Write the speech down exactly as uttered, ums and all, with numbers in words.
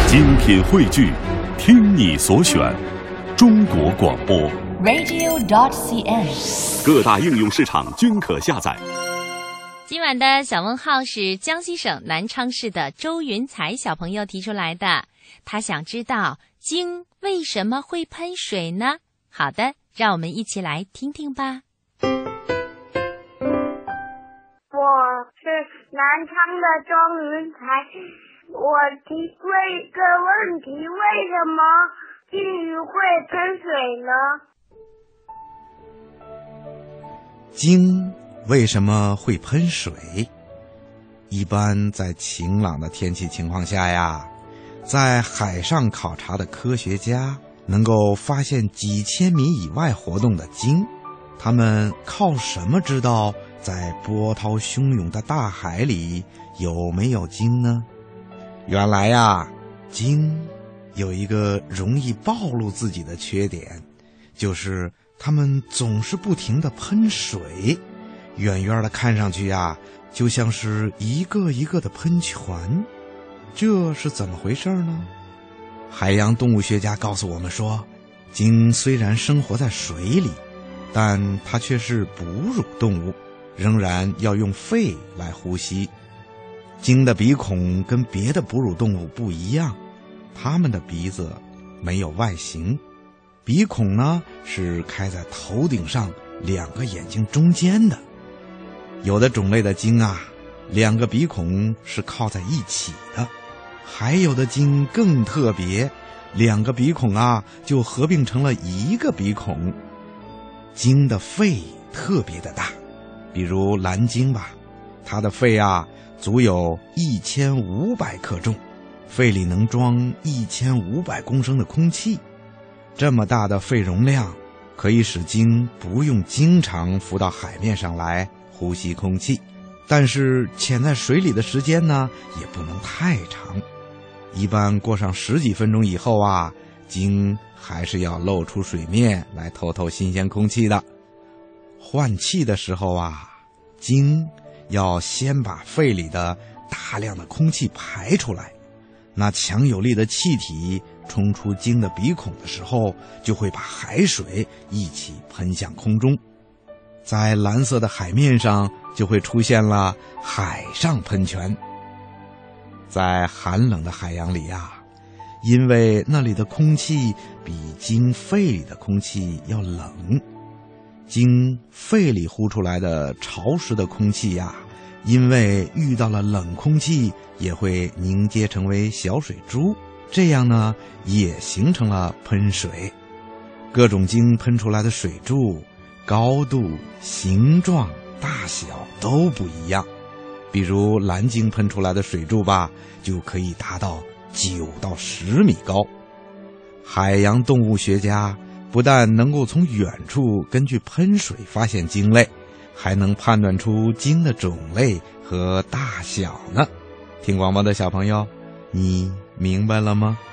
精品汇聚，听你所选，中国广播 radio dot c n， 各大应用市场均可下载。 今晚的小问号是江西省南昌市的周云才小朋友提出来的，他想知道鲸为什么会喷水呢？好的，让我们一起来听听吧。 我是南昌的周云才，我提问一个问题，为什么鲸鱼会喷水呢？ 鲸为什么会喷水？一般在晴朗的天气情况下呀，在海上考察的科学家能够发现几千米以外活动的鲸，他们靠什么知道在波涛汹涌的大海里有没有鲸呢？原来呀，鲸有一个容易暴露自己的缺点，就是它们总是不停地喷水，远远的看上去呀，就像是一个一个的喷泉。这是怎么回事呢？海洋动物学家告诉我们说，鲸虽然生活在水里，但它却是哺乳动物，仍然要用肺来呼吸。鲸的鼻孔跟别的哺乳动物不一样，它们的鼻子没有外形，鼻孔呢是开在头顶上两个眼睛中间的。有的种类的鲸啊，两个鼻孔是靠在一起的，还有的鲸更特别，两个鼻孔啊就合并成了一个鼻孔。鲸的肺特别的大，比如蓝鲸吧，它的肺啊足有一千五百克重，肺里能装一千五百公升的空气。这么大的肺容量，可以使鲸不用经常浮到海面上来呼吸空气，但是潜在水里的时间呢，也不能太长。一般过上十几分钟以后啊，鲸还是要露出水面来透透新鲜空气的。换气的时候啊，鲸要先把肺里的大量的空气排出来，那强有力的气体冲出鲸的鼻孔的时候，就会把海水一起喷向空中。在蓝色的海面上就会出现了海上喷泉。在寒冷的海洋里啊，因为那里的空气比鲸肺里的空气要冷，鲸肺里呼出来的潮湿的空气呀，因为遇到了冷空气，也会凝结成为小水珠，这样呢也形成了喷水。各种鲸喷出来的水柱高度、形状、大小都不一样。比如蓝鲸喷出来的水柱吧，就可以达到九到十米高。海洋动物学家不但能够从远处根据喷水发现鲸类，还能判断出鲸的种类和大小呢。听广播的小朋友，你明白了吗？